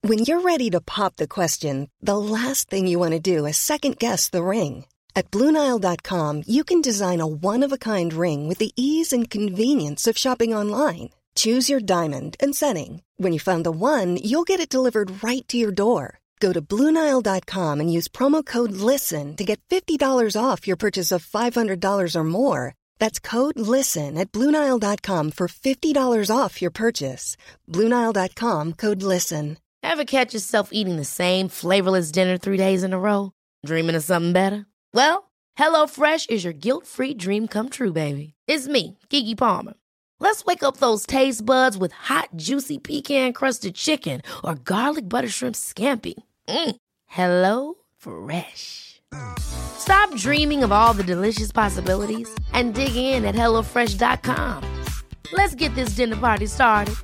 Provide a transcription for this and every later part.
When you're ready to pop the question, the last thing you want to do is second-guess the ring. At BlueNile.com, you can design a one-of-a-kind ring with the ease and convenience of shopping online. Choose your diamond and setting. When you find the one, you'll get it delivered right to your door. Go to BlueNile.com and use promo code LISTEN to get $50 off your purchase of $500 or more. That's code LISTEN at BlueNile.com for $50 off your purchase. BlueNile.com, code LISTEN. Ever catch yourself eating the same flavorless dinner 3 days in a row? Dreaming of something better? Well, HelloFresh is your guilt-free dream come true, baby. It's me, Keke Palmer. Let's wake up those taste buds with hot, juicy pecan-crusted chicken or garlic butter shrimp scampi. Hello Fresh. Stop dreaming of all the delicious possibilities and dig in at HelloFresh.com. Let's get this dinner party started.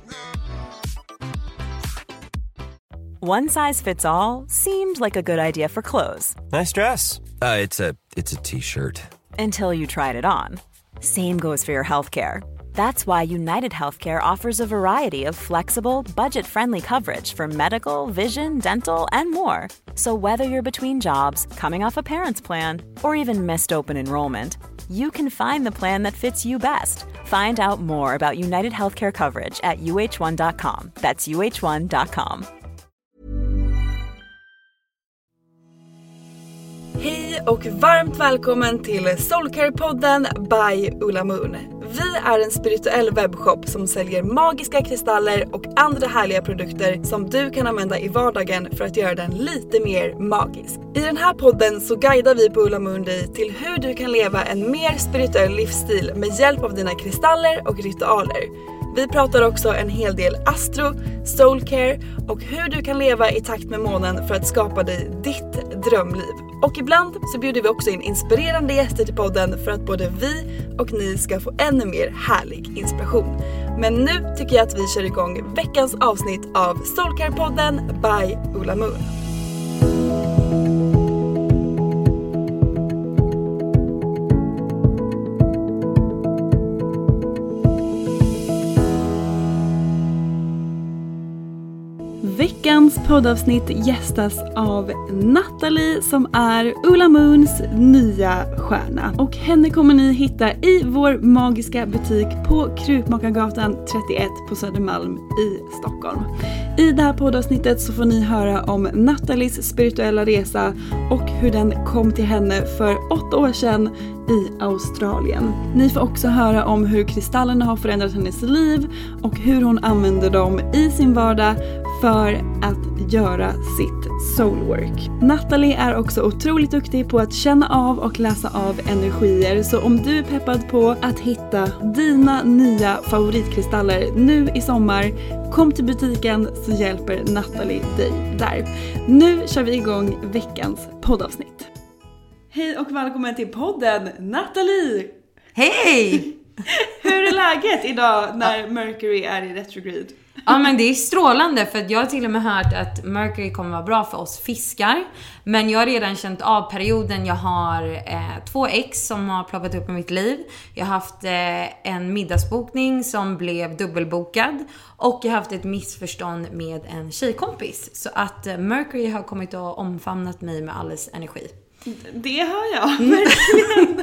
One size fits all seemed like a good idea for clothes. Nice dress. It's a t-shirt. Until you tried it on. Same goes for your healthcare. That's why United Healthcare offers a variety of flexible, budget-friendly coverage for medical, vision, dental, and more. So whether you're between jobs, coming off a parent's plan, or even missed open enrollment, you can find the plan that fits you best. Find out more about United Healthcare coverage at uh1.com. That's uh1.com. Hej och varmt välkommen till Soulcare-podden by Ulla Moon. Vi är en spirituell webbshop som säljer magiska kristaller och andra härliga produkter som du kan använda i vardagen för att göra den lite mer magisk. I den här podden så guidar vi på Ulla Moon dig till hur du kan leva en mer spirituell livsstil med hjälp av dina kristaller och ritualer. Vi pratar också en hel del astro, soulcare och hur du kan leva i takt med månen för att skapa dig ditt drömliv. Och ibland så bjuder vi också in inspirerande gäster till podden för att både vi och ni ska få ännu mer härlig inspiration. Men nu tycker jag att vi kör igång veckans avsnitt av Soulcare-podden by Ulla Moon. Veckans poddavsnitt gästas av Natalie som är Ulla Moons nya stjärna. Och henne kommer ni hitta i vår magiska butik på Krukmakargatan 31 på Södermalm i Stockholm. I det här poddavsnittet så får ni höra om Natalies spirituella resa och hur den kom till henne för 8 år sedan i Australien. Ni får också höra om hur kristallerna har förändrat hennes liv och hur hon använder dem i sin vardag för att göra sitt soulwork. Natalie är också otroligt duktig på att känna av och läsa av energier, så om du är peppad på att hitta dina nya favoritkristaller nu i sommar, kom till butiken så hjälper Natalie dig där. Nu kör vi igång veckans poddavsnitt. Hej och välkommen till podden, Natalie! Hej! Hur är läget idag när Mercury är i retrograde? Ja, men det är strålande, för att jag har till och med hört att Mercury kommer vara bra för oss fiskar. Men jag har redan känt av perioden. Jag har 2 ex som har ploppat upp i mitt liv. Jag har haft en middagsbokning som blev dubbelbokad. Och jag har haft ett missförstånd med en tjejkompis. Så att Mercury har kommit och omfamnat mig med alldeles energi. Det hör jag, verkligen.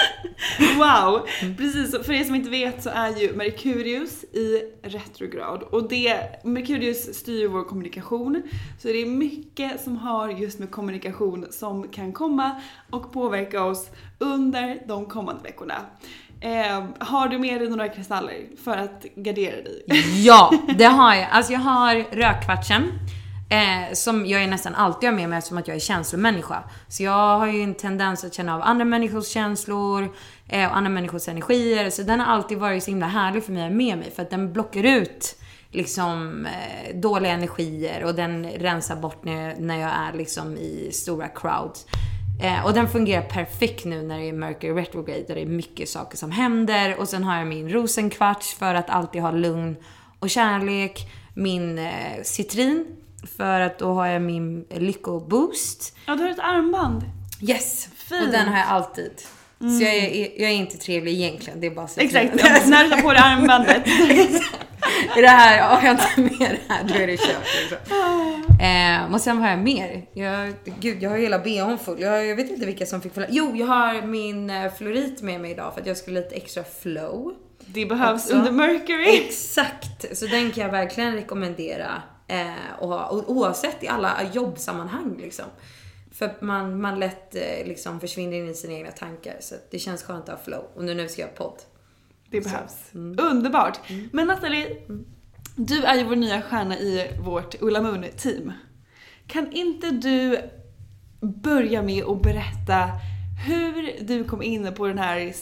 Wow, precis. För er som inte vet så är ju Merkurius i retrograd. Och Merkurius styr vår kommunikation. Så det är mycket som har just med kommunikation som kan komma och påverka oss under de kommande veckorna. Har du med dig några kristaller för att gardera dig? Ja, det har jag. Alltså jag har rökkvartsen. Som jag är nästan alltid har med mig som att jag är känslomänniska. Så jag har ju en tendens att känna av andra människors känslor och andra människors energier. Så den har alltid varit så himla härlig för mig att ha med mig. För att den blockar ut liksom dåliga energier. Och den rensar bort när jag är liksom i stora crowds. Och den fungerar perfekt nu när det är Mercury retrograde. Där det är mycket saker som händer. Och sen har jag min rosenkvarts för att alltid ha lugn och kärlek. Min citrin. För att då har jag min lyckoboost. Ja, du har ett armband. Yes, fint. Och den har jag alltid. Så jag är inte trevlig egentligen. Det är bara så. Exakt, när du tar på dig armbandet. I det här, har jag inte med det här, då är det kört liksom. Och sen har jag mer. Jag har hela BH:n full. Jag vet inte vilka som fick fulla. Jo, jag har min Florit med mig idag för att jag skulle lite extra flow. Det behövs också. Under Mercury. Exakt, så den kan jag verkligen rekommendera. Och oavsett i alla jobbsammanhang liksom. För att man lätt liksom försvinner in i sina egna tankar. Så det känns skönt att ha flow. Och nu ska jag podd. Det behövs. Underbart. Men Nathalie, du är ju vår nya stjärna i vårt Ola Moon-team. Kan inte du börja med att berätta hur du kom in på den här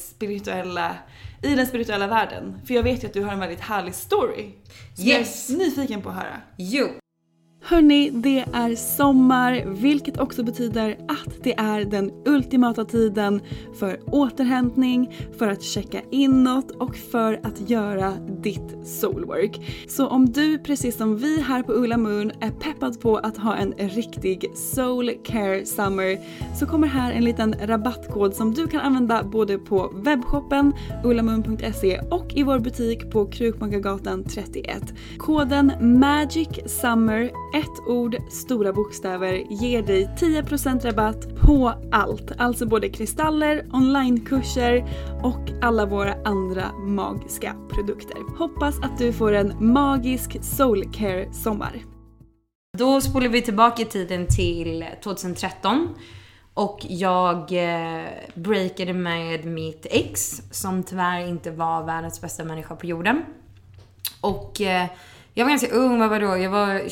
i den spirituella världen? För jag vet ju att du har en väldigt härlig story. Yes! Jag är nyfiken på att höra. Jo! Hörni, det är sommar, vilket också betyder att det är den ultimata tiden för återhämtning, för att checka inåt och för att göra ditt soulwork. Så om du, precis som vi här på Ola Moon, är peppad på att ha en riktig soul care summer, så kommer här en liten rabattkod som du kan använda både på webbshoppen olamoon.se och i vår butik på Krukmakargatan 31. Koden MAGICSUMMER, ett ord, stora bokstäver, ger dig 10% rabatt på allt. Alltså både kristaller, onlinekurser och alla våra andra magiska produkter. Hoppas att du får en magisk soulcare sommar. Då spolar vi tillbaka i tiden till 2013. Och jag breakade med mitt ex som tyvärr inte var världens bästa människa på jorden. Och jag var ganska ung, vad var då? Jag var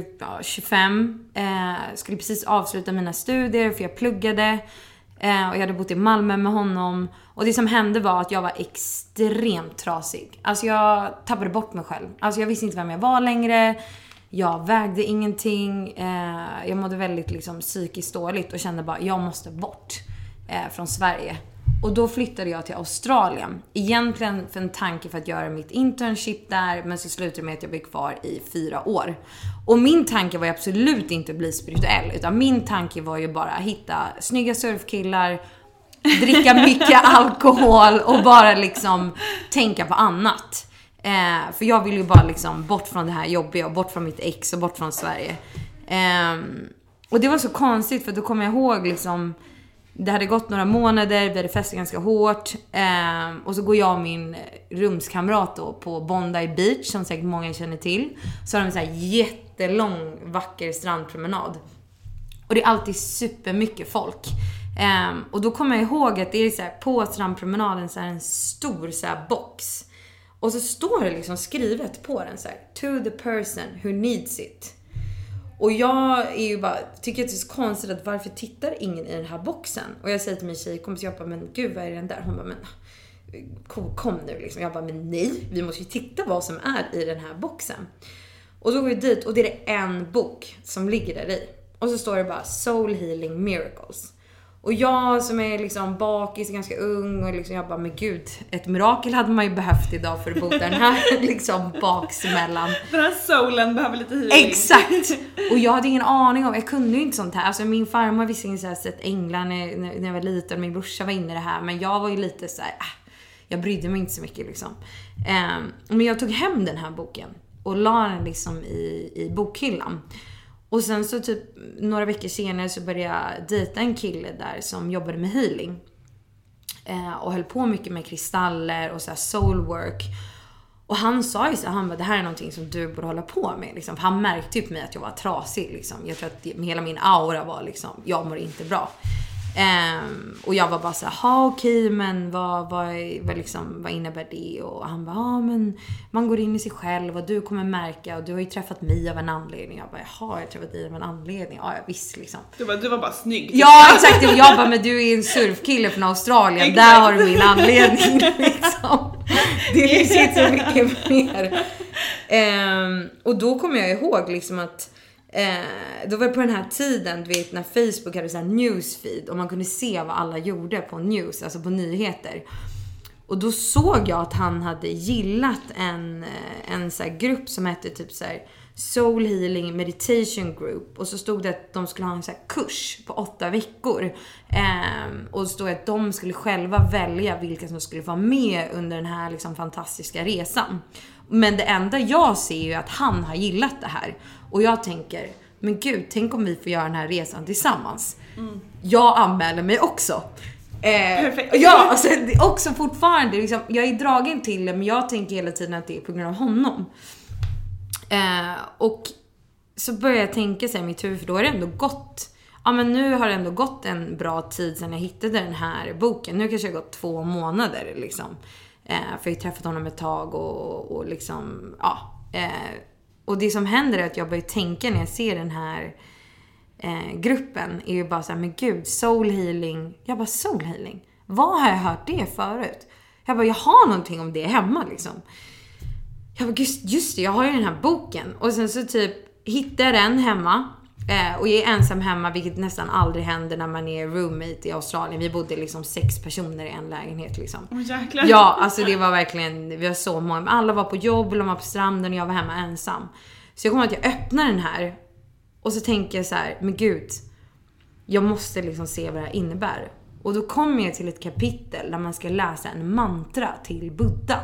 25, skulle precis avsluta mina studier för jag pluggade. Och jag hade bott i Malmö med honom. Och det som hände var att jag var extremt trasig. Alltså jag tappade bort mig själv. Alltså jag visste inte vem jag var längre. Jag vägde ingenting. Jag mådde väldigt liksom psykiskt dåligt och kände bara jag måste bort från Sverige. Och då flyttade jag till Australien. Egentligen för en tanke för att göra mitt internship där. Men så slutade det med att jag blev kvar i 4 år. Och min tanke var ju absolut inte att bli spirituell. Utan min tanke var ju bara att hitta snygga surfkillar. Dricka mycket alkohol. Och bara liksom tänka på annat. För jag ville ju bara liksom bort från det här jobbiga. Och bort från mitt ex och bort från Sverige. Och det var så konstigt för då kommer jag ihåg liksom... Det hade gått några månader, vi hade festat ganska hårt. Och så går jag och min rumskamrat då på Bondi Beach, som säkert många känner till. Så har de en så här jättelång, vacker strandpromenad. Och det är alltid supermycket folk. Och då kommer jag ihåg att det är så här, på strandpromenaden så här en stor så här box. Och så står det liksom skrivet på den så här: to the person who needs it. Och jag är ju bara, tycker att det är så konstigt att varför tittar ingen i den här boxen? Och jag säger till min tjejkompis, jag bara, men gud vad är den där? Hon bara, men kom nu liksom. Jag bara, men nej, vi måste ju titta vad som är i den här boxen. Och så går vi dit och det är en bok som ligger där i. Och så står det bara Soul Healing Miracles. Och jag som är liksom bakis, ganska ung och liksom jag bara, men gud, ett mirakel hade man ju behövt idag för att bota den här liksom baksmällan. Den här soulen behöver lite healing. Exakt! Och jag hade ingen aning om, jag kunde ju inte sånt här. Alltså min farmor visste inte så här sett änglar när jag var liten, min brorsa var inne i det här. Men jag var ju lite så här, jag brydde mig inte så mycket liksom. Men jag tog hem den här boken och la den liksom i bokhyllan. Och sen så typ några veckor senare så började jag dejta en kille där som jobbade med healing. Och höll på mycket med kristaller och så här soulwork. Och han sa ju så här, han bara, det här är någonting som du borde hålla på med. Liksom. För han märkte ju på mig att jag var trasig. Liksom. Jag tror att hela min aura var liksom, jag mår inte bra. Och jag var bara så här, okej, men vad innebär det? Och han bara, men man går in i sig själv och du kommer märka, och du har ju träffat mig av en anledning. Jag bara, jag har träffat dig av en anledning. Ja, visst liksom. Du var bara snygg. Ja, exakt. Jag bara, men du är en surfkille från Australien. Där har du min anledning liksom. Det är liksom inte så mycket mer. Och då kommer jag ihåg liksom att då var det på den här tiden, du vet, när Facebook hade så här newsfeed och man kunde se vad alla gjorde på news, alltså på nyheter. Och då såg jag att han hade gillat en så här grupp som hette typ så här Soul Healing Meditation Group. Och så stod det att de skulle ha en så här kurs på 8 veckor. Och så stod det att de skulle själva välja vilka som skulle vara med under den här liksom fantastiska resan. Men det enda jag ser är ju att han har gillat det här. Och jag tänker, men gud, tänk om vi får göra den här resan tillsammans. Jag anmäler mig också. Perfekt. Ja, alltså, det är också fortfarande liksom, jag är dragen till det, men jag tänker hela tiden att det är på grund av honom. Och så börjar jag tänka sig i mitt huvud, för då har det ändå gått, ja men nu har det ändå gått en bra tid sedan jag hittade den här boken. Nu kanske det har gått 2 månader liksom. För jag har träffat honom ett tag och liksom, ja. Och det som händer är att jag börjar tänka när jag ser den här gruppen är ju bara så här, men gud, soul healing. Jag bara, soul healing? Vad har jag hört det förut? Jag bara, jag har någonting om det hemma liksom. Jag bara, just det, jag har ju den här boken. Och sen så typ hittar jag den hemma. Och jag är ensam hemma, vilket nästan aldrig händer när man är roommate i Australien. Vi bodde liksom 6 personer i en lägenhet liksom. Jäklar. Ja, alltså det var verkligen, vi var så många. Alla var på jobb, de var på stranden och jag var hemma ensam. Så jag kommer att jag öppnar den här. Och så tänker jag så här, men gud, jag måste liksom se vad det här innebär. Och då kommer jag till ett kapitel där man ska läsa en mantra till Buddha.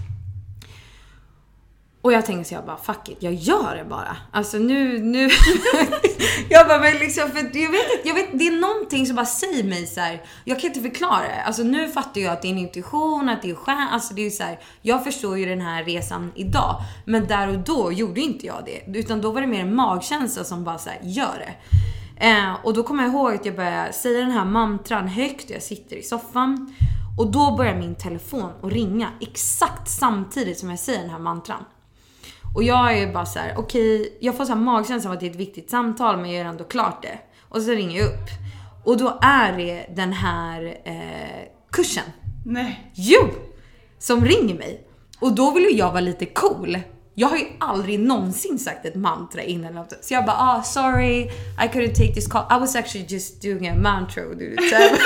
Och jag tänker så jag bara, fuck it, jag gör det bara. Alltså nu jag bara, men liksom, för jag vet, det är någonting som bara säger mig så här, jag kan inte förklara det. Alltså nu fattar jag att det är en intuition, att det är alltså det är så här, jag förstår ju den här resan idag. Men där och då gjorde inte jag det. Utan då var det mer en magkänsla som bara så här, gör det. Och då kommer jag ihåg att jag började säga den här mantran högt och jag sitter i soffan. Och då börjar min telefon att ringa exakt samtidigt som jag säger den här mantran. Och jag är bara så här, okej, jag får så här magkänsla av att det är ett viktigt samtal, men jag är ändå klart det. Och så ringer jag upp. Och då är det den här kursen. Nej. Jo! Som ringer mig. Och då vill ju jag vara lite cool. Jag har ju aldrig någonsin sagt ett mantra innan. Så jag bara, sorry, I couldn't take this call. I was actually just doing a mantra. I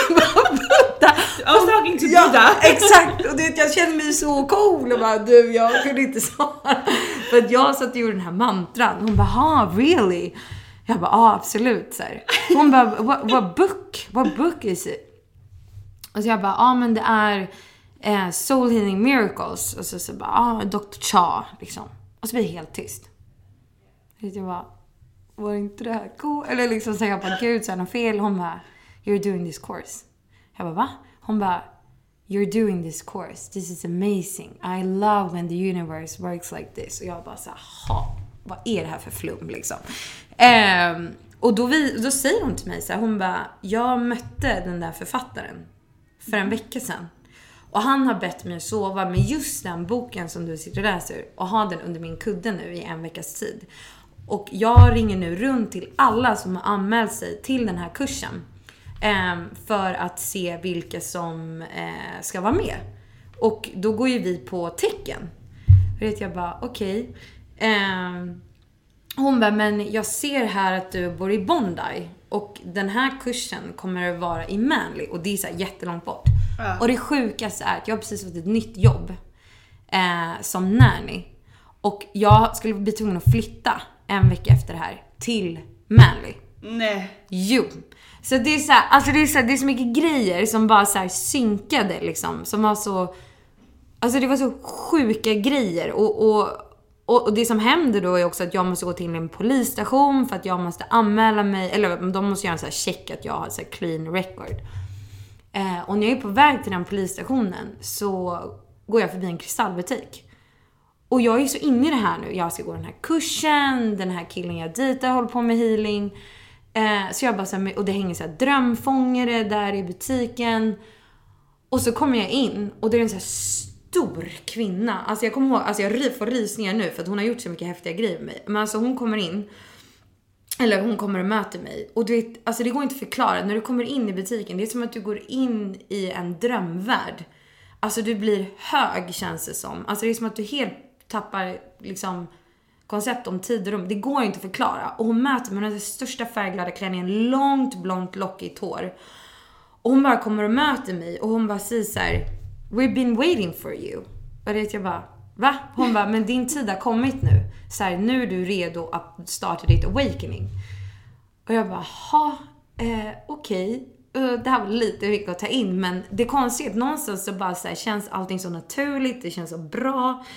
was talking to Buddha. Exakt. Och jag kände mig så cool. Och bara, jag kunde inte svara. För att jag satt och gjorde den här mantran. Hon bara, really? Jag bara, absolut. Så här. Hon bara, what book is it? Och så jag bara, men det är Soul Healing Miracles. Och så bara, Dr. Cha liksom. Och så blir det helt tyst. Jag bara, var inte det här cool? Eller liksom så jag bara, gud, så är det något fel? Hon bara, you're doing this course. Jag bara, va? Hon bara, you're doing this course. This is amazing. I love when the universe works like this. Och jag bara så här, vad är det här för flum liksom? Och då säger hon till mig så här, hon bara, jag mötte den där författaren för en vecka sedan. Och han har bett mig att sova med just den boken som du sitter och läser. Och ha den under min kudde nu i en veckas tid. Och jag ringer nu runt till alla som har anmält sig till den här kursen. För att se vilka som ska vara med. Och då går ju vi på tecken. Jag bara, okej. Hon bara, men jag ser här att du bor i Bondi. Och den här kursen kommer att vara i Manly. Och det är så här jättelångt bort. Och det sjukaste är att jag har precis fått ett nytt jobb som nanny. Och jag skulle bli tvungen att flytta en vecka efter det här till Manly. Nej. Jo. Så det är så här, alltså det är så mycket grejer som bara så här synkade liksom, som var så, alltså det var så sjuka grejer och det som händer då är också att jag måste gå till en polisstation för att jag måste anmäla mig, eller de måste göra en så här check att jag har så här clean record. Och när jag är på väg till den polisstationen så går jag förbi en kristallbutik. Och jag är så inne i det här nu. Jag ska gå den här kursen, den här killen jag dejtar håller på med healing. Så jag bara så här, och det hänger så här drömfångare där i butiken. Och så kommer jag in och det är en så här stor kvinna. Alltså jag kommer ihåg, alltså jag får rysningar nu för att hon har gjort så mycket häftiga grejer med mig. Men alltså hon kommer in, eller hon kommer och möter mig. Och du vet, alltså det går inte att förklara. När du kommer in i butiken, det är som att du går in i en drömvärld. Alltså du blir hög, känns det som. Alltså det är som att du helt tappar liksom koncept om tid och rum. Det går inte att förklara. Och hon möter mig med den största färgglada klänningen, långt blont lockigt hår. Och hon bara kommer och möter mig och hon bara säger så här, we've been waiting for you. Och det jag bara, va? Hon bara, men din tid har kommit nu. Så här, nu är du redo att starta ditt awakening. Och jag bara, okej. Det här var lite mycket att ta in, men det är konstigt. Någonstans så bara så här, känns allting så naturligt, det känns så bra.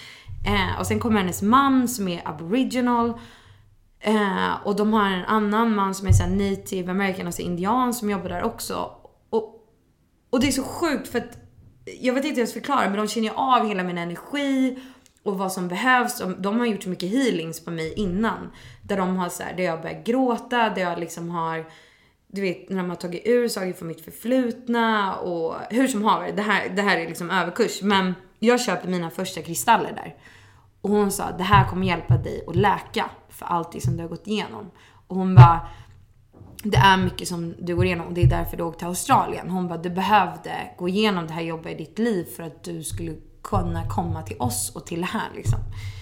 Och sen kommer hennes man som är aboriginal. Och de har en annan man som är så här native american, alltså indian, som jobbar där också. Och det är så sjukt för att jag vet inte hur jag ska förklara, men de känner ju av hela min energi och vad som behövs. De har gjort så mycket healings på mig innan, där de har så här, där jag börjar gråta, där jag liksom har, du vet, när de har tagit ur saker från mitt förflutna och hur som haver. Det här är liksom överkurs, men jag köpte mina första kristaller där. Och hon sa, det här kommer hjälpa dig att läka för allt det som du har gått igenom. Och hon bara, det är mycket som du går igenom och det är därför du åkte till Australien. Hon bara, du behövde gå igenom det här jobbet i ditt liv för att du skulle kunna komma till oss och till det här liksom.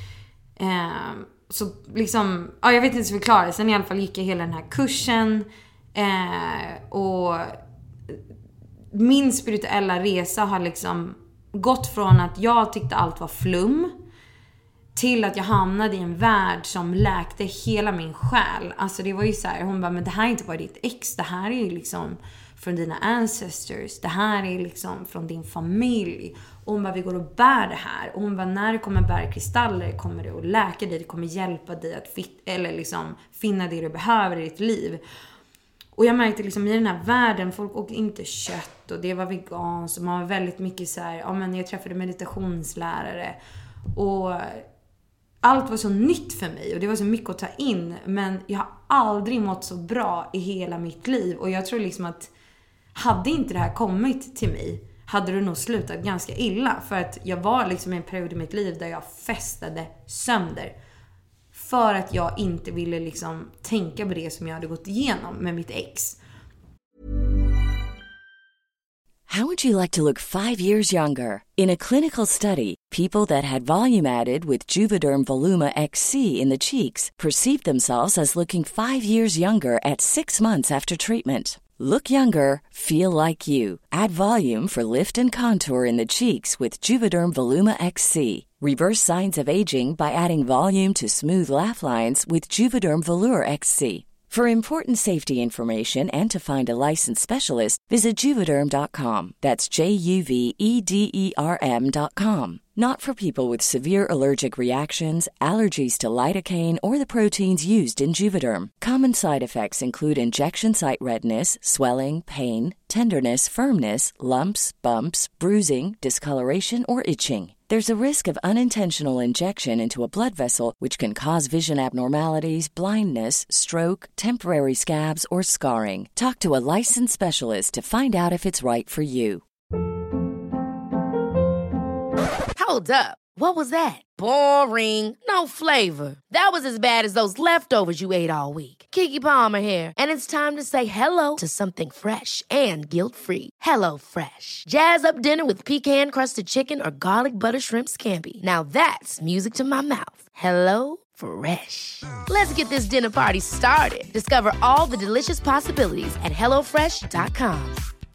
Så liksom, ja, jag vet inte så förklara det. Sen i alla fall gick jag hela den här kursen. Och min spirituella resa har liksom gått från att jag tyckte allt var flum till att jag hamnade i en värld som läkte hela min själ. Alltså det var ju så här, hon bara, men det här är inte bara ditt ex, det här är ju liksom från dina ancestors, det här är liksom från din familj. Och hon bara, vi går och bär det här. Och hon bara, när det kommer bärkristaller kommer det att läka dig, det kommer hjälpa dig att eller liksom finna det du behöver i ditt liv. Och jag märkte liksom i den här världen, folk åkte inte kött och det var vegans och man var väldigt mycket så här, ja men jag träffade meditationslärare och allt var så nytt för mig och det var så mycket att ta in, men jag har aldrig mått så bra i hela mitt liv. Och jag tror liksom att hade inte det här kommit till mig, hade det nog slutat ganska illa. För att jag var liksom i en period i mitt liv där jag festade sönder. För att jag inte ville liksom tänka på det som jag hade gått igenom med mitt ex. How would you like to look 5 years younger? In a clinical study, people that had volume added with Juvederm Voluma XC in the cheeks perceived themselves as looking 5 years younger at 6 months after treatment. Look younger, feel like you. Add volume for lift and contour in the cheeks with Juvederm Voluma XC. Reverse signs of aging by adding volume to smooth laugh lines with Juvederm Volure XC. For important safety information and to find a licensed specialist, visit Juvederm.com. That's JUVEDERM.com. Not for people with severe allergic reactions, allergies to lidocaine, or the proteins used in Juvederm. Common side effects include injection site redness, swelling, pain, tenderness, firmness, lumps, bumps, bruising, discoloration, or itching. There's a risk of unintentional injection into a blood vessel, which can cause vision abnormalities, blindness, stroke, temporary scabs, or scarring. Talk to a licensed specialist to find out if it's right for you. Hold up. What was that? Boring. No flavor. That was as bad as those leftovers you ate all week. Keke Palmer here. And it's time to say hello to something fresh and guilt-free. Hello Fresh. Jazz up dinner with pecan-crusted chicken or garlic butter shrimp scampi. Now that's music to my mouth. Hello Fresh. Let's get this dinner party started. Discover all the delicious possibilities at hellofresh.com.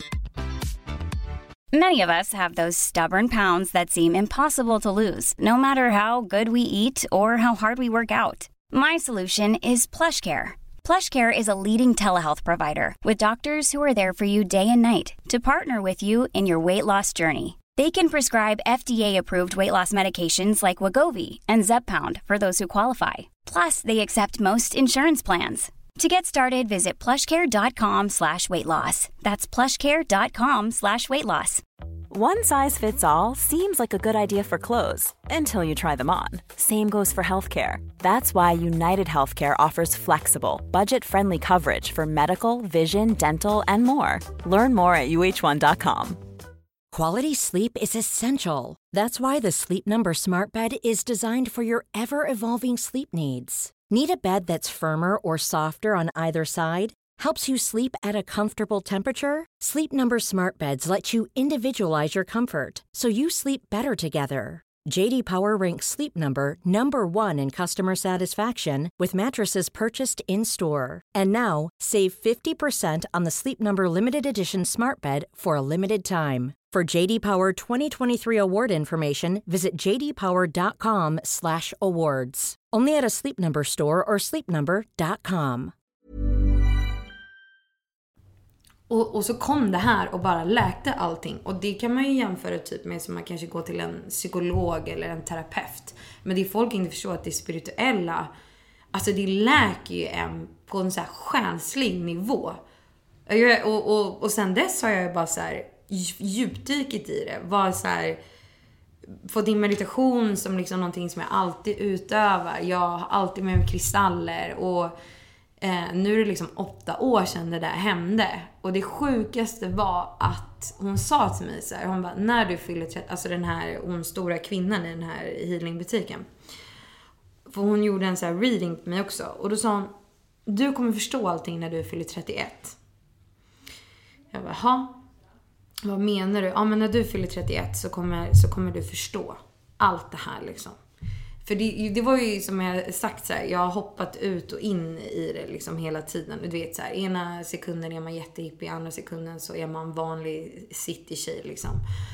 Many of us have those stubborn pounds that seem impossible to lose, no matter how good we eat or how hard we work out. My solution is PlushCare. PlushCare is a leading telehealth provider with doctors who are there for you day and night to partner with you in your weight loss journey. They can prescribe FDA-approved weight loss medications like Wegovy and Zepbound for those who qualify. Plus, they accept most insurance plans. To get started, visit plushcare.com/weightloss. That's plushcare.com/weightloss. One size fits all seems like a good idea for clothes until you try them on. Same goes for healthcare. That's why United Healthcare offers flexible, budget-friendly coverage for medical, vision, dental, and more. Learn more at uh1.com. Quality sleep is essential. That's why the Sleep Number Smart Bed is designed for your ever-evolving sleep needs. Need a bed that's firmer or softer on either side? Helps you sleep at a comfortable temperature? Sleep Number Smart Beds let you individualize your comfort so you sleep better together. JD Power ranks Sleep Number #1 in customer satisfaction with mattresses purchased in-store. And now, save 50% on the Sleep Number Limited Edition Smart Bed for a limited time. For JD Power 2023 award information, visit jdpower.com/awards. Only at a Sleep Number store or sleepnumber.com. Och så kom det här och bara läkte allting. Och det kan man ju jämföra typ med som man kanske går till en psykolog eller en terapeut. Men det folk inte förstår att det spirituella, alltså det läker ju en på en så här själslig nivå. Och sen dess har jag ju bara så här djupdykt i det. Var så här, fått in meditation som liksom någonting som jag alltid utövar. Jag har alltid med mig kristaller. Och nu är det liksom 8 år sedan det där hände. Och det sjukaste var att hon sa till mig så här, hon bara, när du fyller 30, alltså den här, hon stora kvinnan i den här healingbutiken. För hon gjorde en så här reading på mig också. Och då sa hon, du kommer förstå allting när du fyller 31. Jag bara, ha. Vad menar du? Ja, men när du fyller 31 så kommer du förstå allt det här liksom. För det var ju som jag sagt så här, jag har hoppat ut och in i det liksom hela tiden. Du vet så här, ena sekunden är man jättehippie, andra sekunden så är man vanlig city-tjej liksom.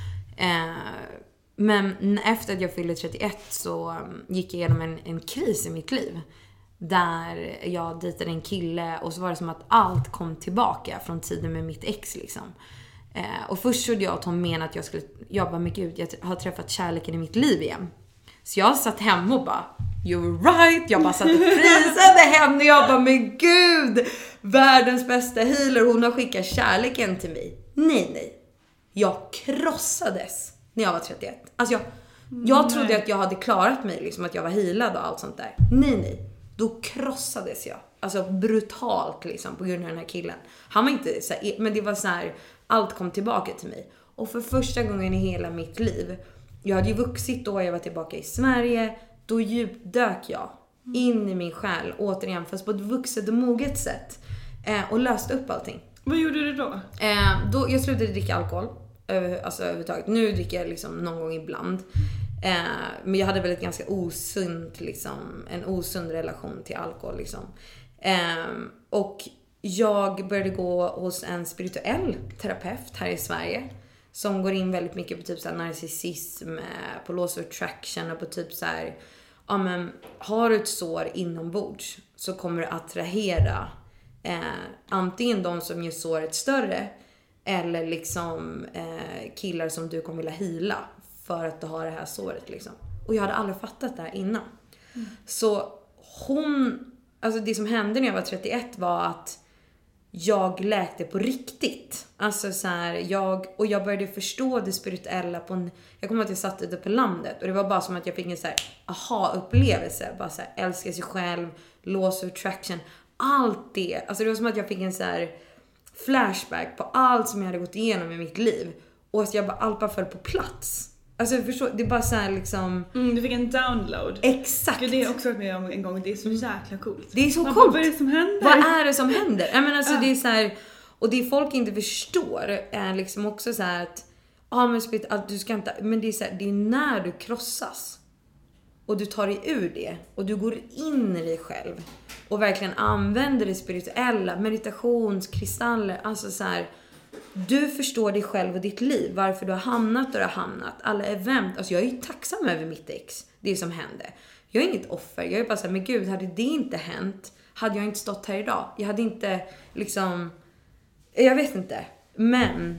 Men efter att jag fyllde 31 så gick jag igenom en kris i mitt liv. Där jag dejtade en kille och så var det som att allt kom tillbaka från tiden med mitt ex liksom. Och först trodde jag att hon menade att jag skulle jobba med Gud. Jag har träffat kärleken i mitt liv igen. Så jag satt hemma och bara, you're right. Jag bara satt och prisade henne. Jag bara, men Gud, världens bästa healer. Hon har skickat kärleken till mig. Nej. Jag krossades när jag var 31. Alltså jag trodde att jag hade klarat mig, liksom att jag var healad och allt sånt där. Nej. Då krossades jag. Alltså brutalt liksom på grund av den här killen. Han var inte så här, men det var så här, allt kom tillbaka till mig. Och för första gången i hela mitt liv, jag hade ju vuxit då, jag var tillbaka i Sverige, då djupdök jag in i min själ återigen, fast på ett vuxet och moget sätt, och löste upp allting. Vad gjorde du då? Då jag slutade dricka alkohol, alltså överhuvudtaget. Nu dricker jag liksom någon gång ibland. Men jag hade väl ett ganska osunt liksom, en osund relation till alkohol liksom. Och jag började gå hos en spirituell terapeut här i Sverige som går in väldigt mycket på typ så här narcissism, på laws of attraction och på typ så här, ja men har du ett sår inombords så kommer du attrahera antingen de som gör såret större eller liksom killar som du kommer vilja heala för att du har det här såret liksom. Och jag hade aldrig fattat det här innan. Så alltså det som hände när jag var 31 var att jag läkte på riktigt. Alltså så här, jag började förstå det spirituella jag kommer att jag satt ute på landet och det var bara som att jag fick en så här aha-upplevelse, bara så här, älska sig själv, laws of attraction, allt det. Alltså det var som att jag fick en så här flashback på allt som jag hade gått igenom i mitt liv och att allt bara föll på plats. Alltså jag förstår, det är bara så här liksom... du fick en download. Exakt. Gud, det är också med om en gång. Det är så jäkla coolt. Det är så coolt. Vad är det som händer? Vad är det som händer? Jag menar, alltså, det är så här... Och det folk inte förstår är liksom också så här att... att du ska inte... Men det är så här, det är när du krossas. Och du tar dig ur det. Och du går in i dig själv. Och verkligen använder det spirituella. Meditationskristaller. Alltså så här... Du förstår dig själv och ditt liv. Varför du har hamnat där du har hamnat. Alla event. Alltså jag är ju tacksam över mitt ex. Det som hände. Jag är inget offer. Jag är bara så här, men gud, hade det inte hänt, hade jag inte stått här idag. Jag hade inte liksom... Jag vet inte. Men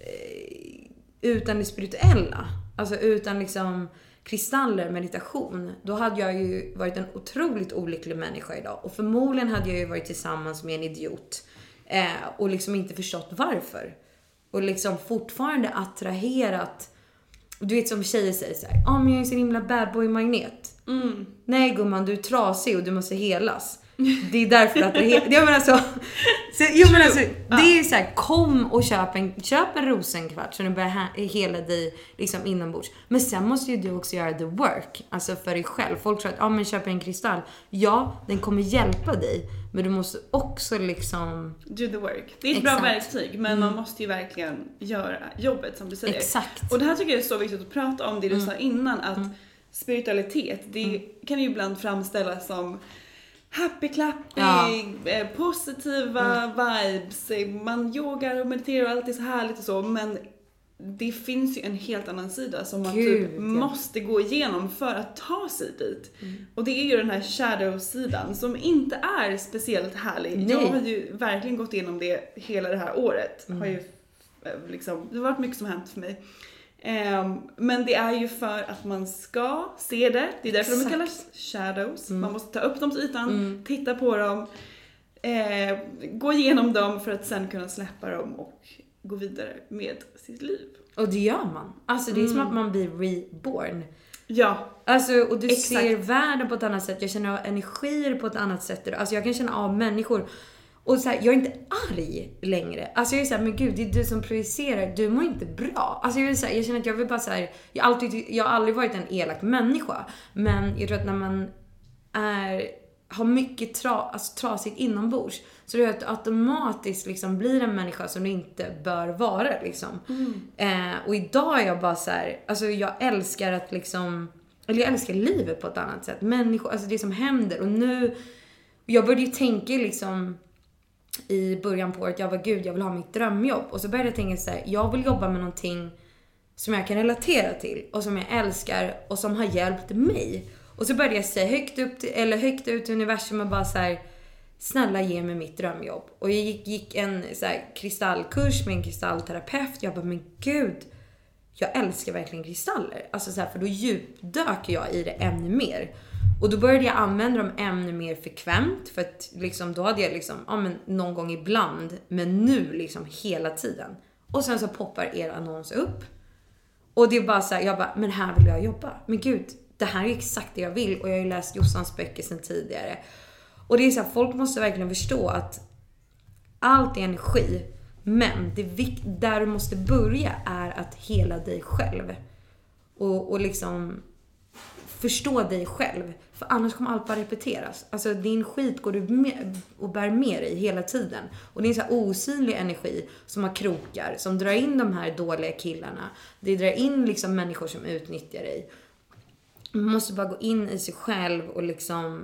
utan det spirituella. Alltså utan liksom kristaller, meditation. Då hade jag ju varit en otroligt olycklig människa idag. Och förmodligen hade jag ju varit tillsammans med en idiot. Och liksom inte förstått varför. Och liksom fortfarande attraherat. Du vet som tjejer säger så här, men jag är en så himla bad boy magnet. Nej gumman, du är trasig och du måste helas. Det är därför att jag menar så. Det är så här, kom och köp en rosenkvart så du börjar hela dig liksom inombords. Men sen måste ju du också göra the work, alltså för dig själv. Folk tror att men köp en kristall. Ja, den kommer hjälpa dig, men du måste också liksom do the work. Det är ett bra verktyg, men man måste ju verkligen göra jobbet som du säger. Exakt. Och det här tycker jag är så viktigt att prata om, det du sa innan, att spiritualitet, det kan ju ibland framställas som happy-clapping, positiva vibes, man yogar och mediterar och allt är så härligt och så, men det finns ju en helt annan sida som man typ måste gå igenom för att ta sig dit. Och det är ju den här shadow-sidan som inte är speciellt härlig. Nej. Jag har ju verkligen gått igenom det hela det här året. Har ju liksom, det har varit mycket som hänt för mig. Men det är ju för att man ska se det. Det är därför de kallas shadows. Man måste ta upp dem till ytan, titta på dem, gå igenom dem för att sen kunna släppa dem och gå vidare med sitt liv. Och det gör man. Alltså det är som att man blir reborn. Ja. Alltså, och du ser världen på ett annat sätt. Jag känner energier på ett annat sätt. Alltså jag kan känna av människor. Och så här, jag är inte arg längre. Alltså jag är såhär, men gud, det är du som projicerar. Du mår inte bra. Alltså jag känner att jag vill bara så här, jag har aldrig varit en elak människa. Men jag tror att när man har mycket trasigt inombords, så det är att automatiskt liksom blir en människa som det inte bör vara liksom. Och idag är jag bara så här, alltså jag älskar att liksom, eller jag älskar livet på ett annat sätt. Människor, alltså det som händer. Och nu, jag började ju tänka liksom i början på året, jag vill ha mitt drömjobb. Och så började jag tänka så här, jag vill jobba med någonting som jag kan relatera till och som jag älskar och som har hjälpt mig. Och så började jag säga högt ut i universum och bara så här, snälla ge mig mitt drömjobb. Och jag gick en så här kristallkurs med en kristallterapeut. Jag bara, men gud, jag älskar verkligen kristaller. Alltså så här, för då djupdöker jag i det ännu mer. Och då började jag använda dem ännu mer frekvent. För att liksom, då hade jag liksom, någon gång ibland. Men nu liksom hela tiden. Och sen så poppar er annons upp. Och det är bara så här, jag bara, men här vill jag jobba. Men gud, det här är exakt det jag vill. Och jag har ju läst Jossans böcker sedan tidigare. Och det är så här, folk måste verkligen förstå att allt är energi. Men där du måste börja är att hela dig själv. Och liksom förstå dig själv. För annars kommer allt bara repeteras. Alltså din skit går du med och bär med dig hela tiden. Och det är en så här osynlig energi som har krokar. Som drar in de här dåliga killarna. Det drar in liksom människor som utnyttjar dig. Man måste bara gå in i sig själv och liksom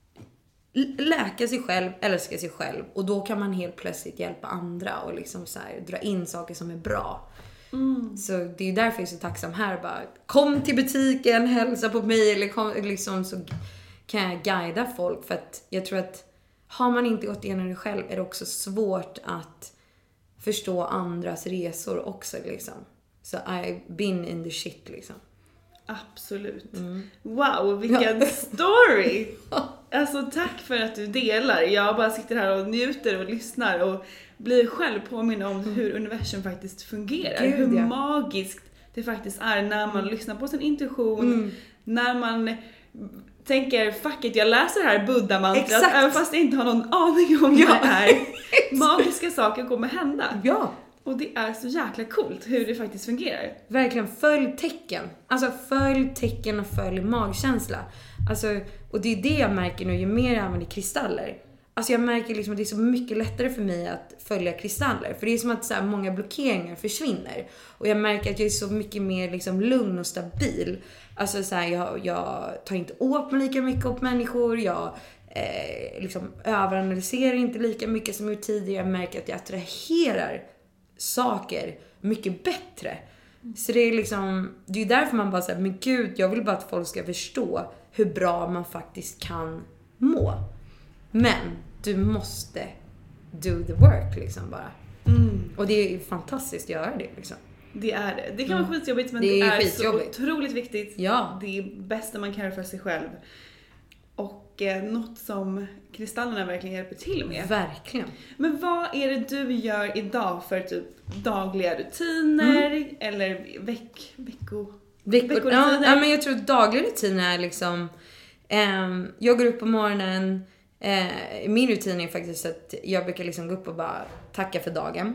läka sig själv, älska sig själv. Och då kan man helt plötsligt hjälpa andra och liksom så här, dra in saker som är bra. Så det är ju därför jag är så tacksam här. Bara, kom till butiken, hälsa på mig. Eller liksom, så kan jag guida folk. För att jag tror att har man inte gått igenom det själv är det också svårt att förstå andras resor också liksom. Så I've been in the shit liksom. Absolut. Wow, vilken story! Alltså tack för att du delar. Jag bara sitter här och njuter och lyssnar och blir själv påminna om hur universum faktiskt fungerar. Gud, hur magiskt det faktiskt är när man lyssnar på sin intuition. När man tänker, fuck it, jag läser det här Buddha-mantrat även fast jag inte har någon aning om vad det är. Magiska saker kommer hända. Ja. Och det är så jäkla coolt hur det faktiskt fungerar. Verkligen, följ tecken. Alltså följ tecken och följ magkänsla. Alltså, och det är det jag märker nu ju mer jag använder kristaller. Alltså jag märker liksom att det är så mycket lättare för mig att följa kristaller. För det är som att så här, många blockeringar försvinner. Och jag märker att jag är så mycket mer liksom lugn och stabil. Alltså så här, jag tar inte åt mig lika mycket åt människor. Jag liksom överanalyserar inte lika mycket som jag tidigare. Jag märker att jag attraherar saker mycket bättre. Så det är liksom, det är därför man bara säger, men gud, jag vill bara att folk ska förstå hur bra man faktiskt kan må. Men du måste do the work liksom bara. Och det är fantastiskt att göra det liksom. Det är det. Det kan vara skitjobbigt, men det är så otroligt viktigt. Ja. Det är bästa man kan göra för sig själv. Och något som kristallerna verkligen hjälper till med. Verkligen. Men vad är det du gör idag för typ dagliga rutiner eller veckorutiner? Ja, men jag tror att dagliga rutiner är liksom jag går upp på morgonen. Min rutin är faktiskt att jag brukar liksom gå upp och bara tacka för dagen.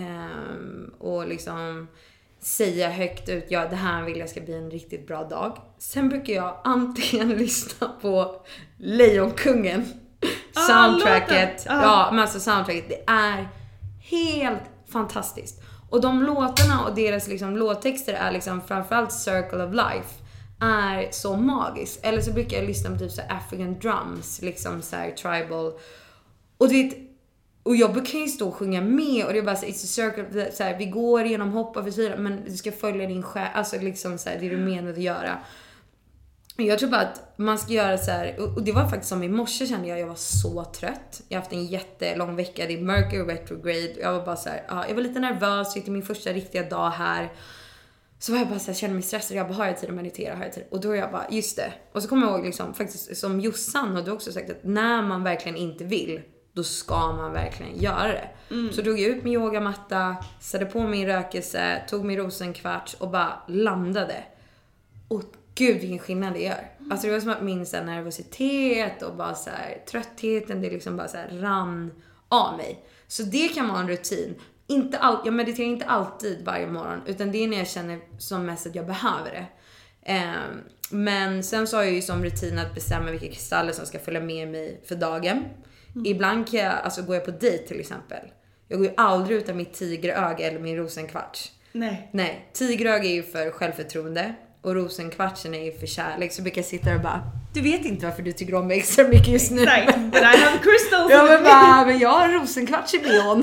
Och liksom säga högt ut, ja, det här vill jag ska bli en riktigt bra dag. Sen brukar jag antingen lyssna på Lejonkungen soundtracket. Ja, men alltså soundtracket, det är helt fantastiskt. Och de låtarna och deras liksom låttexter är liksom framförallt Circle of Life är så magiskt. Eller så brukar jag lyssna på typ så African drums, liksom så här tribal. Och du vet, Och jag kan ju stå och sjunga med. Och det är bara så, it's a circle. Så här, vi går genom hopp och försyra. Men du ska följa din själ. Alltså liksom så här, det du menar att göra. Jag tror bara att man ska göra så här. Och det var faktiskt som i morse kände jag var så trött. Jag har haft en jättelång vecka. Det är Mercury retrograde. Jag var bara så här, jag var lite nervös. Det är min första riktiga dag här. Så var jag bara så här, kände mig stressad. Jag bara, har jag tid att meditera? Har jag tid? Och då är jag bara, just det. Och så kommer jag ihåg liksom, faktiskt som Jossan har du också sagt att när man verkligen inte vill, då ska man verkligen göra det. Så drog jag ut min yogamatta, satte på min rökelse, tog min rosenkvarts och bara landade. Och gud vilken skillnad det gör. Alltså det var som att min så här, nervositet och bara så här, tröttheten, det liksom bara så här, rann av mig. Så det kan vara en rutin. Jag mediterar inte alltid varje morgon, utan det är när jag känner som mest att jag behöver det. Men sen så har jag ju som rutin att bestämma vilka kristaller som ska följa med mig för dagen. Ibland kan jag, alltså går jag på dejt till exempel. Jag går ju aldrig utan mitt tigeröga eller min rosenkvarts. Nej, tigeröga är ju för självförtroende. Och rosenkvartsen är ju för kärlek. Så brukar jag sitta och bara, du vet inte varför du tycker om mig extra mycket just nu. Exakt, but I have crystals. Men jag har rosenkvarts i bion.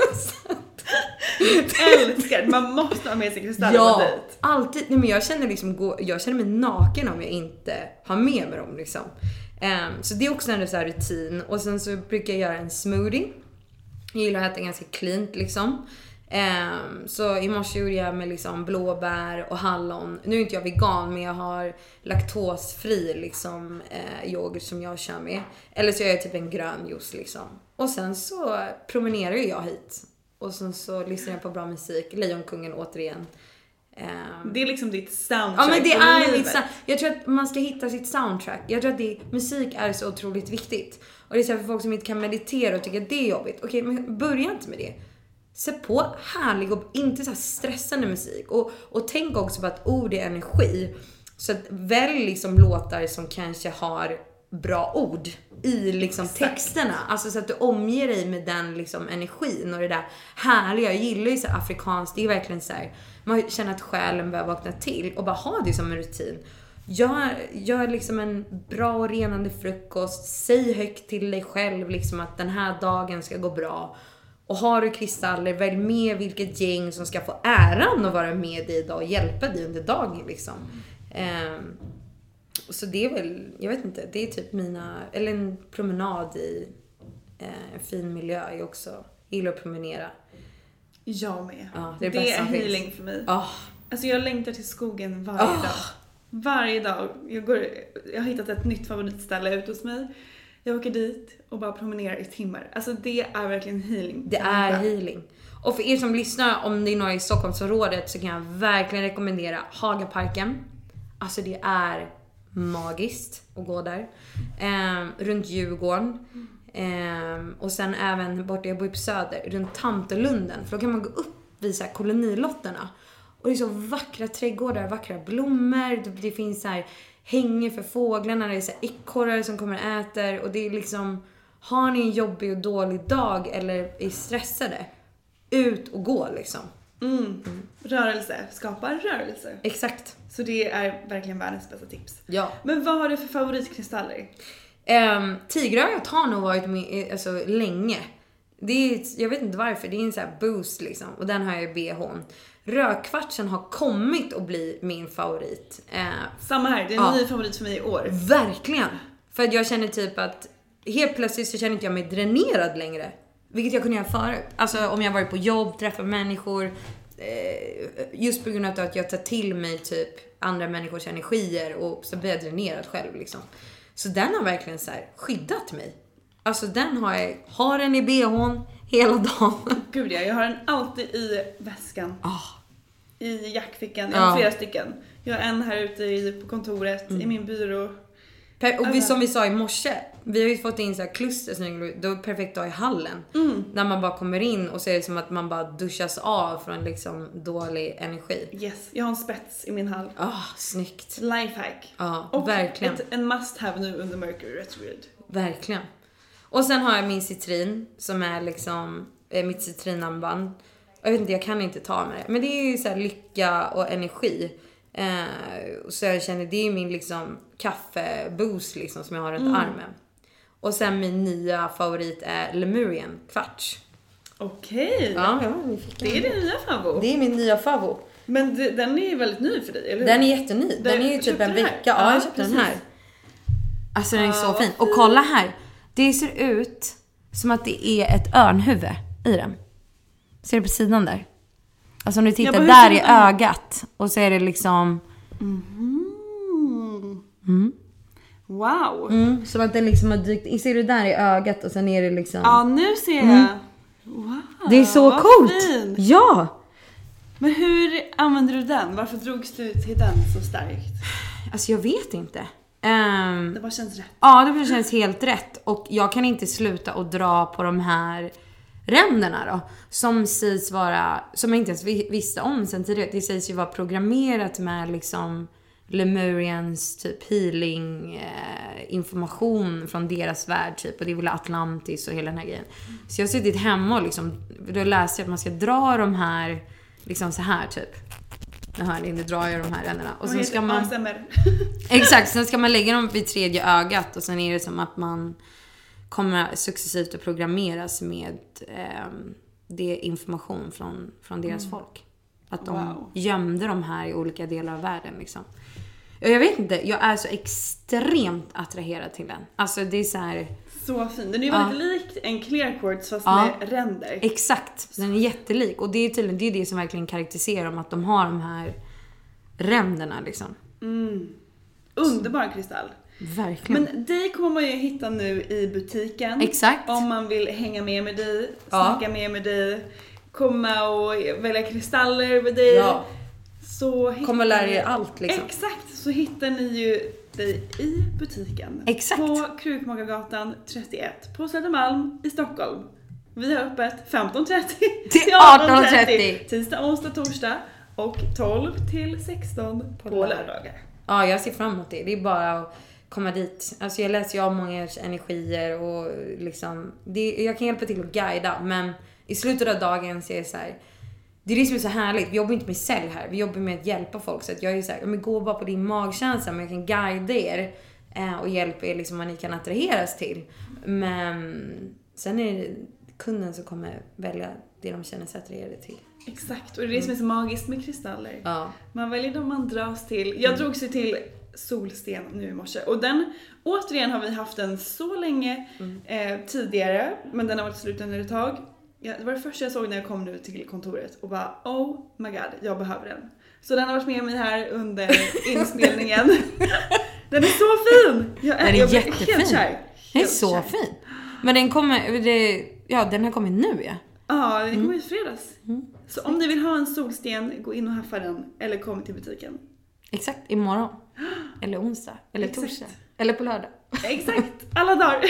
Älskar, man måste ha med sig kristaller på dejt. Alltid. Nej, men jag känner mig naken om jag inte har med mig dem liksom. Så det är också en sån här rutin. Och sen så brukar jag göra en smoothie. Jag gillar att äta ganska cleant liksom. Så i morse gjorde jag med liksom blåbär och hallon. Nu är inte jag vegan, men jag har laktosfri liksom yoghurt som jag kör med. Eller så gör jag typ en grön juice liksom. Och sen så promenerar jag hit. Och sen så lyssnar jag på bra musik. Lejonkungen återigen. Det är liksom ditt soundtrack. Ja, men det är mitt soundtrack. Jag tror att man ska hitta sitt soundtrack. Jag tror att musik är så otroligt viktigt. Och det är så här för folk som inte kan meditera och tycker att det är jobbigt. Okej, men börja inte med det. Sätt på härlig och inte så här stressande musik. Och tänk också på att ord är energi. Så att välj liksom låtar som kanske har bra ord i liksom texterna. Alltså så att du omger dig med den liksom energin och det där härliga. Jag gillar ju så afrikanskt. Det är verkligen så här, man känner att själen börjar vakna till och bara ha det som en rutin. Gör liksom en bra och renande frukost. Säg högt till dig själv liksom att den här dagen ska gå bra. Och har du kristaller, välj med vilket gäng som ska få äran att vara med dig idag och hjälpa dig under dagen liksom. Så det är väl, jag vet inte, det är typ eller en promenad i en fin miljö är också. Jag gillar att promenera. Jag med. Ja, det är healing för mig. Alltså jag längtar till skogen varje dag. Varje dag. Jag har hittat ett nytt favoritställe ute hos mig. Jag åker dit och bara promenerar i timmar. Alltså det är verkligen healing. Det är healing. Och för er som lyssnar, om det är några i Stockholmsområdet, så kan jag verkligen rekommendera Hagaparken. Alltså det är magiskt att gå där. Runt Djurgården. Och sen även borta, jag bor på Söder, runt Tantelunden. För då kan man gå upp vid så här kolonilotterna. Och det är så vackra trädgårdar, vackra blommor. Det finns så här hänger för fåglarna. Det är så här ekorrar som kommer och äter. Och det är liksom, har ni en jobbig och dålig dag eller är stressade, ut och gå liksom. Rörelse skapar rörelse. Exakt. Så det är verkligen världens bästa tips. Ja. Men vad har du för favoritkristaller? Tigerögat har nog varit med alltså, länge. Det är, jag vet inte varför. Det är en sån här boost liksom. Och den har jag i BH:n. Rökkvartsen har kommit att bli min favorit. Samma här, det är en ny favorit för mig i år. Verkligen. För att jag känner typ att helt plötsligt så känner inte jag mig dränerad längre. Vilket jag kunde göra förut. Alltså om jag varit på jobb, träffar människor. Just på grund av att jag tar till mig typ andra människors energier. Och så blir jag dränerad själv liksom. Så den har verkligen så här skyddat mig. Alltså den har den i BH:n hela dagen. Gud ja, jag har den alltid i väskan. I jackfickan, jag har flera stycken. Jag har en här ute på kontoret, i min byrå. Och som vi sa i morse, vi har ju fått in så här kluster som då är perfekt att ha i hallen. När man bara kommer in och så är det som att man bara duschas av från liksom dålig energi. Yes, jag har en spets i min hall. Snyggt. Lifehack. Och verkligen. En must have nu under Mercury retrograde. Verkligen. Och sen har jag min citrin som är liksom mitt citrinarmband. Jag vet inte, jag kan inte ta med det. Men det är ju så här lycka och energi. Så jag känner det är min liksom kaffeboost liksom som jag har runt armen. Och sen min nya favorit är Lemurian kvarts. Okej. Ja, det är din nya favorit. Det är min nya favorit. Men den är ju väldigt ny för dig, eller hur? Den är jätteny. Den är ju typ en vecka. Ja, jag köpte den här. Alltså den är så fin. Och kolla här. Det ser ut som att det är ett örnhuvud i den. Ser du på sidan där? Alltså om du tittar där i ögat. Och så är det liksom... Wow. Som att den liksom har dykt... Ser du där i ögat och sen är det liksom... Ja, nu ser jag. Wow. Det är så coolt. Fin. Ja. Men hur använder du den? Varför drogs du till den så starkt? Alltså jag vet inte. Det bara känns rätt. Ja, det bara känns helt rätt. Och jag kan inte sluta att dra på de här ränderna då. Som sägs vara, som jag inte ens visste om sen tidigare. Det sägs ju vara programmerat med liksom Lemurians typ healing information från deras värld typ. Och det är väl Atlantis och hela den här grejen. Så jag har suttit hemma och liksom, då läser jag att man ska dra de här liksom så här typ. Nu drar jag de här ränderna. Och sen ska man... Exakt, sen ska man lägga dem vid tredje ögat. Och sen är det som att man kommer successivt att programmeras med det information från deras folk. Att de gömde de här i olika delar av världen liksom. Och jag vet inte, jag är så extremt attraherad till den. Alltså det är så här... Så fin. Den är ju väldigt likt en clear quartz fast med ränder. Exakt, den är jättelik. Och det är tydligen det som verkligen karaktäriserar dem, att de har de här ränderna liksom. Underbar kristall. Verkligen. Men dig kommer man ju hitta nu i butiken. Exakt. Om man vill hänga med dig, snacka med dig, komma och välja kristaller med dig. Ja. Så kommer lära er allt liksom. Exakt, så hittar ni ju dig i butiken. Exakt. På Krukmakargatan 31 på Södermalm i Stockholm. Vi har öppet 15:30 till 18:30. Tisdag, onsdag, torsdag och 12 till 16 på lördagar. Ja, jag ser fram emot det. Det är bara att komma dit. Alltså jag läser ju av många energier och liksom jag kan hjälpa till att guida, men i slutet av dagen så är det så här. Det är det som är så härligt. Vi jobbar inte med sälj här. Vi jobbar med att hjälpa folk. Så att jag är så här, men gå bara på din magkänsla. Men jag kan guida er. Och hjälpa er liksom vad ni kan attraheras till. Men sen är det kunden som kommer välja det de känner sig attraherade till. Exakt. Och det är det som är så magiskt med kristaller. Ja. Man väljer dem man dras till. Jag drog sig till solsten nu i morse. Och den, återigen har vi haft den så länge tidigare. Men den har varit slut under ett tag. Ja, det var det första jag såg när jag kom nu till kontoret och bara, oh my god, jag behöver den. Så den har varit med mig här under inspelningen. Den är så fin! Jag är jättefin. Helt kär. Den är så fin. Men den kommer, den har kommit nu ja. Ja, den kommer i fredags. Så om ni vill ha en solsten, gå in och haffa den eller kom till butiken. Exakt, imorgon. Eller onsdag, eller torsdag, eller på lördag. Exakt, alla dagar.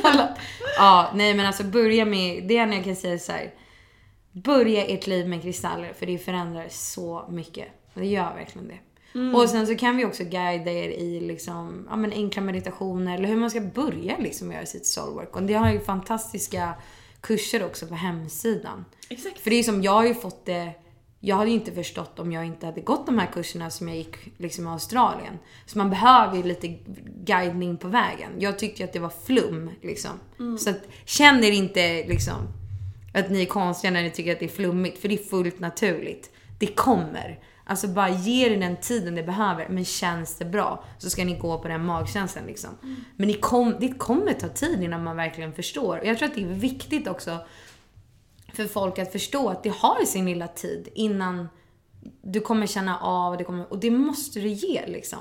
Ja, nej men alltså börja med, det är när jag kan säga så här. Börja ert liv med kristaller, för det förändrar så mycket. Det gör verkligen det. Och sen så kan vi också guida er i liksom, enkla meditationer eller hur man ska börja liksom göra sitt soulwork. Och det har ju fantastiska kurser också på hemsidan. Exakt. För det är som, jag har ju fått det. Jag hade ju inte förstått om jag inte hade gått de här kurserna som jag gick liksom i Australien. Så man behöver ju lite guidning på vägen. Jag tyckte att det var flum liksom. Så att, känn er inte liksom att ni är konstiga när ni tycker att det är flummigt. För det är fullt naturligt. Det kommer. Alltså bara ge er den tiden det behöver. Men känns det bra så ska ni gå på den magkänslan liksom. Men det kommer ta tid innan man verkligen förstår. Och jag tror att det är viktigt också för folk att förstå att det har sin lilla tid innan du kommer känna av och det måste du ge liksom.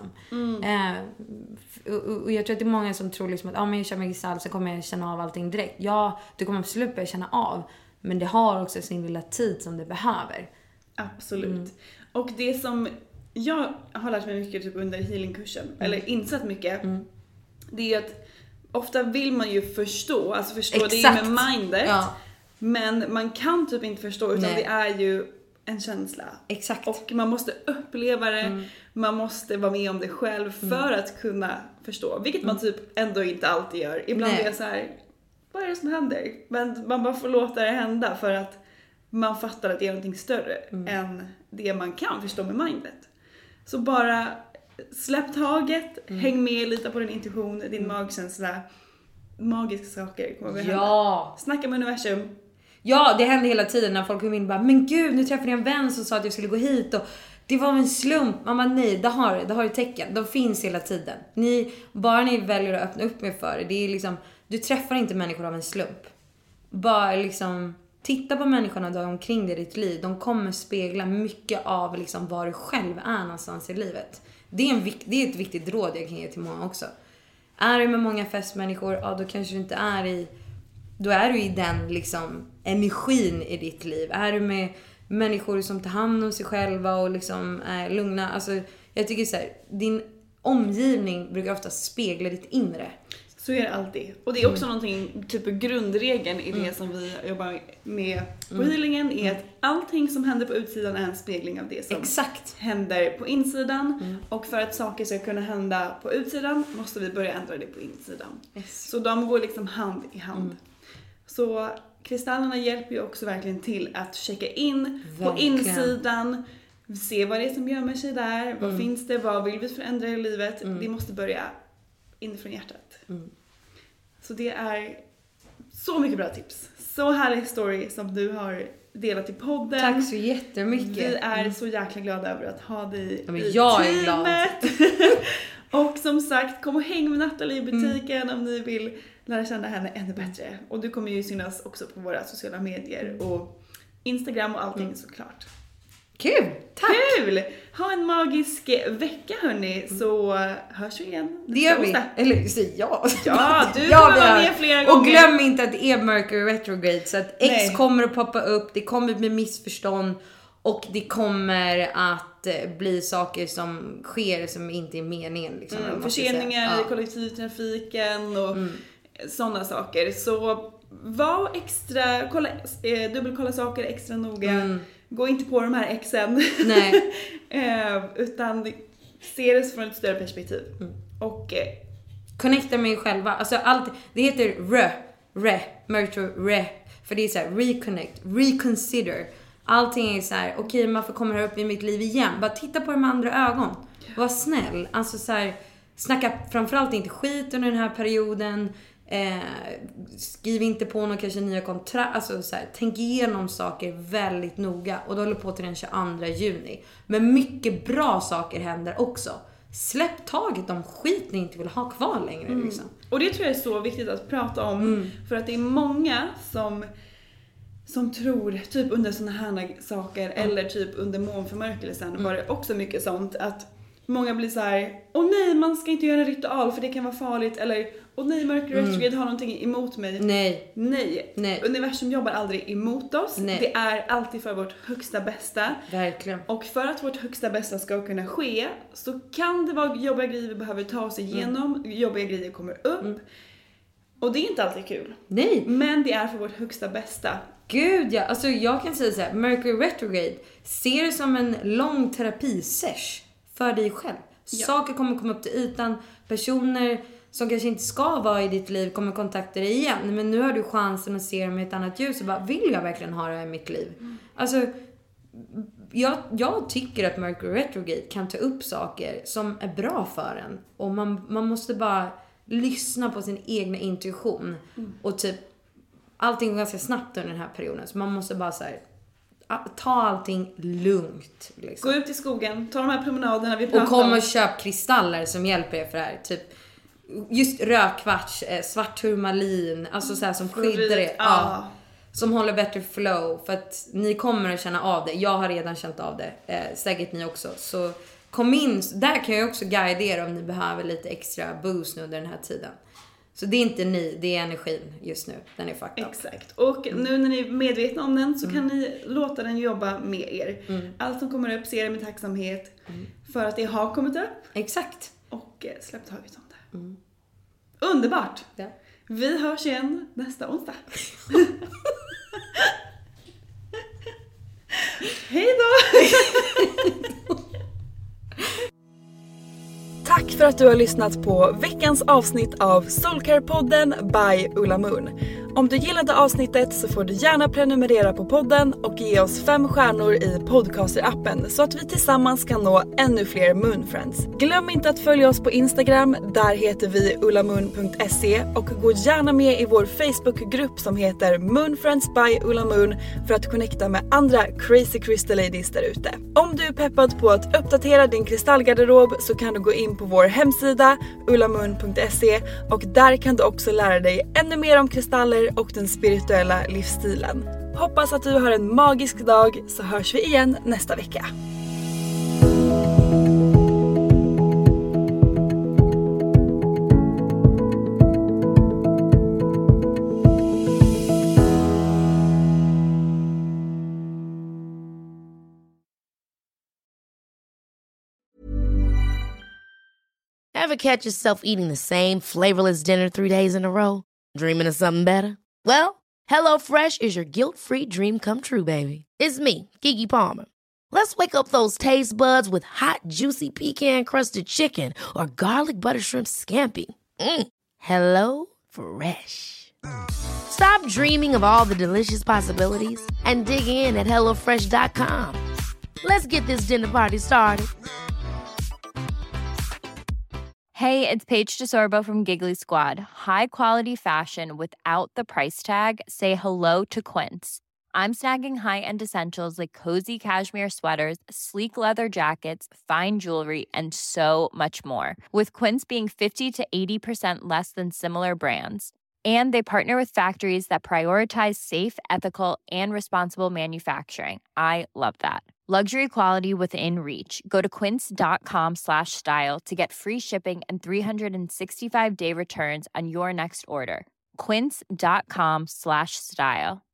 Och jag tror att det är många som tror liksom att men jag kör med kristall så kommer jag känna av allting direkt. Ja, du kommer absolut börja känna av, men det har också sin lilla tid som det behöver. Absolut. Och det som jag har lärt mig mycket typ under healingkursen eller insett mycket, det är att ofta vill man ju förstå Exakt. Det är med mindet. Ja. Men man kan typ inte förstå utan det är ju en känsla. Exakt. Och man måste uppleva det. Man måste vara med om det själv för att kunna förstå. Vilket man typ ändå inte alltid gör. Ibland är det så här, vad är det som händer? Men man bara får låta det hända för att man fattar att det är någonting större än det man kan förstå med mindet. Så bara släpp taget, häng med lite på din intuition, din magkänsla. magiska saker kommer vi Ja. Snacka med universum. Ja, det händer hela tiden när folk kommer in och bara, men gud, nu träffade jag en vän som sa att jag skulle gå hit och det var en slump. Man bara, nej, det har ju tecken. De finns hela tiden. Bara ni väljer att öppna upp med för det. Det är liksom, du träffar inte människor av en slump. Bara liksom, titta på människorna där omkring dig i ditt liv. De kommer spegla mycket av liksom var du själv är någonstans i livet. Det är ett viktigt råd jag kan ge till många också. Är du med många festmänniskor, ja då kanske du inte är då är du i den liksom energin i ditt liv. Är du med människor som tar hand om sig själva och liksom är lugna. Alltså, jag tycker så här, din omgivning brukar ofta spegla ditt inre. Så är det alltid. Och det är också någonting, typ grundregeln i det som vi jobbar med på healingen är att allting som händer på utsidan är en spegling av det som händer på insidan. Och för att saker ska kunna hända på utsidan måste vi börja ändra det på insidan. Yes. Så de går liksom hand i hand. Så kristallerna hjälper ju också verkligen till att checka in på insidan. Se vad det är som gömmer sig där. Vad finns det? Vad vill vi förändra i livet? Det måste börja inifrån hjärtat. Så det är så mycket bra tips. Så härlig story som du har delat i podden. Tack så jättemycket. Vi är så jäkla glada över att ha dig i teamet. Jag är glad. Och som sagt, kom och häng med Natalie i butiken om ni vill lära känna henne ännu bättre. Och du kommer ju synas också på våra sociala medier och Instagram och allting såklart. Kul, tack! Kul! Ha en magisk vecka hörni, så hörs vi igen. Det gör vi. Eller så ja. Ja, du kommer vara med flera gånger. Och glöm inte att det är Mercury retrograde, så att X kommer att poppa upp, det kommer bli missförstånd och det kommer att bli saker som sker som inte är meningen. Liksom, förseningar i kollektivtrafiken och sådana saker. Så var extra, dubbelkolla saker extra noga. Gå inte på de här exen. Nej. Utan se det från ett större perspektiv. Och connecta med er själva. Alltså allt, det heter Mercury. För det är så här, reconnect, reconsider. Allting är så här, okej, varför kommer det här upp i mitt liv igen? Bara titta på de andra ögon. Var snäll. Alltså så här, snacka framförallt inte skit under den här perioden. Skriv inte på någon kanske nya kontrakt. Alltså så här, tänk igenom saker väldigt noga. Och då håller på till den 22 juni. Men mycket bra saker händer också. Släpp taget om skit ni inte vill ha kvar längre liksom. Och det tror jag är så viktigt att prata om. För att det är många som tror, typ under såna här saker eller typ under månförmörkelsen var det också mycket sånt att många blir så här: åh nej, man ska inte göra en ritual för det kan vara farligt. Eller, åh nej, Mercury retrograde har någonting emot mig. Nej. Universum jobbar aldrig emot oss. Nej. Det är alltid för vårt högsta bästa. Verkligen. Och för att vårt högsta bästa ska kunna ske så kan det vara jobbiga grejer vi behöver ta oss igenom. Jobbiga grejer kommer upp. Och det är inte alltid kul. Nej. Men det är för vårt högsta bästa. Gud ja, alltså jag kan säga så här, Mercury retrograde, ser det som en lång terapisesh för dig själv. Ja. Saker kommer komma upp till ytan. Personer som kanske inte ska vara i ditt liv kommer kontakta dig igen. Men nu har du chansen att se dem i ett annat ljus och bara, vill jag verkligen ha det här i mitt liv? Alltså, jag tycker att Mercury retrograde kan ta upp saker som är bra för en. Och man måste bara lyssna på sin egna intuition. Och typ, allting går ganska snabbt under den här perioden. Så man måste bara så här, ta allting lugnt liksom. Gå ut i skogen, ta de här promenaderna vi pratar om. Och kom och köp kristaller som hjälper er för det här. Typ just rödkvarts, svart turmalin, alltså så här som skyddar er. Ja. Som håller bättre flow. För att ni kommer att känna av det. Jag har redan känt av det. Säkert ni också. Så kom in, där kan jag också guida er om ni behöver lite extra boost nu under den här tiden. Så det är inte ni, det är energin just nu. Den är fucked up. Exakt. Och nu när ni är medvetna om den så kan ni låta den jobba med er. Allt som kommer upp ser er med tacksamhet för att det har kommit upp. Exakt. Och släpp taget om det. Underbart. Ja. Vi hörs igen nästa onsdag. Hej då! Tack för att du har lyssnat på veckans avsnitt av Soulcare-podden by Ulla Moon. Om du gillade avsnittet så får du gärna prenumerera på podden och ge oss 5 stjärnor i Podcaster-appen så att vi tillsammans kan nå ännu fler Moonfriends. Glöm inte att följa oss på Instagram, där heter vi ullamoon.se, och gå gärna med i vår Facebookgrupp som heter Moonfriends by Ulla Moon för att connecta med andra crazy crystal ladies där ute. Om du är peppad på att uppdatera din kristallgarderob så kan du gå in på vår hemsida ullamoon.se, och där kan du också lära dig ännu mer om kristaller och den spirituella livsstilen. Hoppas att du har en magisk dag, så hörs vi igen nästa vecka. Ever catch yourself eating the same flavorless dinner 3 days in a row? Dreaming of something better? Well, HelloFresh is your guilt-free dream come true, baby. It's me, Keke Palmer. Let's wake up those taste buds with hot, juicy pecan-crusted chicken or garlic butter shrimp scampi. Hello Fresh. Stop dreaming of all the delicious possibilities and dig in at HelloFresh.com. Let's get this dinner party started. Hey, it's Paige DeSorbo from Giggly Squad. High quality fashion without the price tag. Say hello to Quince. I'm snagging high-end essentials like cozy cashmere sweaters, sleek leather jackets, fine jewelry, and so much more. With Quince being 50 to 80% less than similar brands. And they partner with factories that prioritize safe, ethical, and responsible manufacturing. I love that. Luxury quality within reach. Go to quince.com/style to get free shipping and 365-day returns on your next order. Quince.com/style.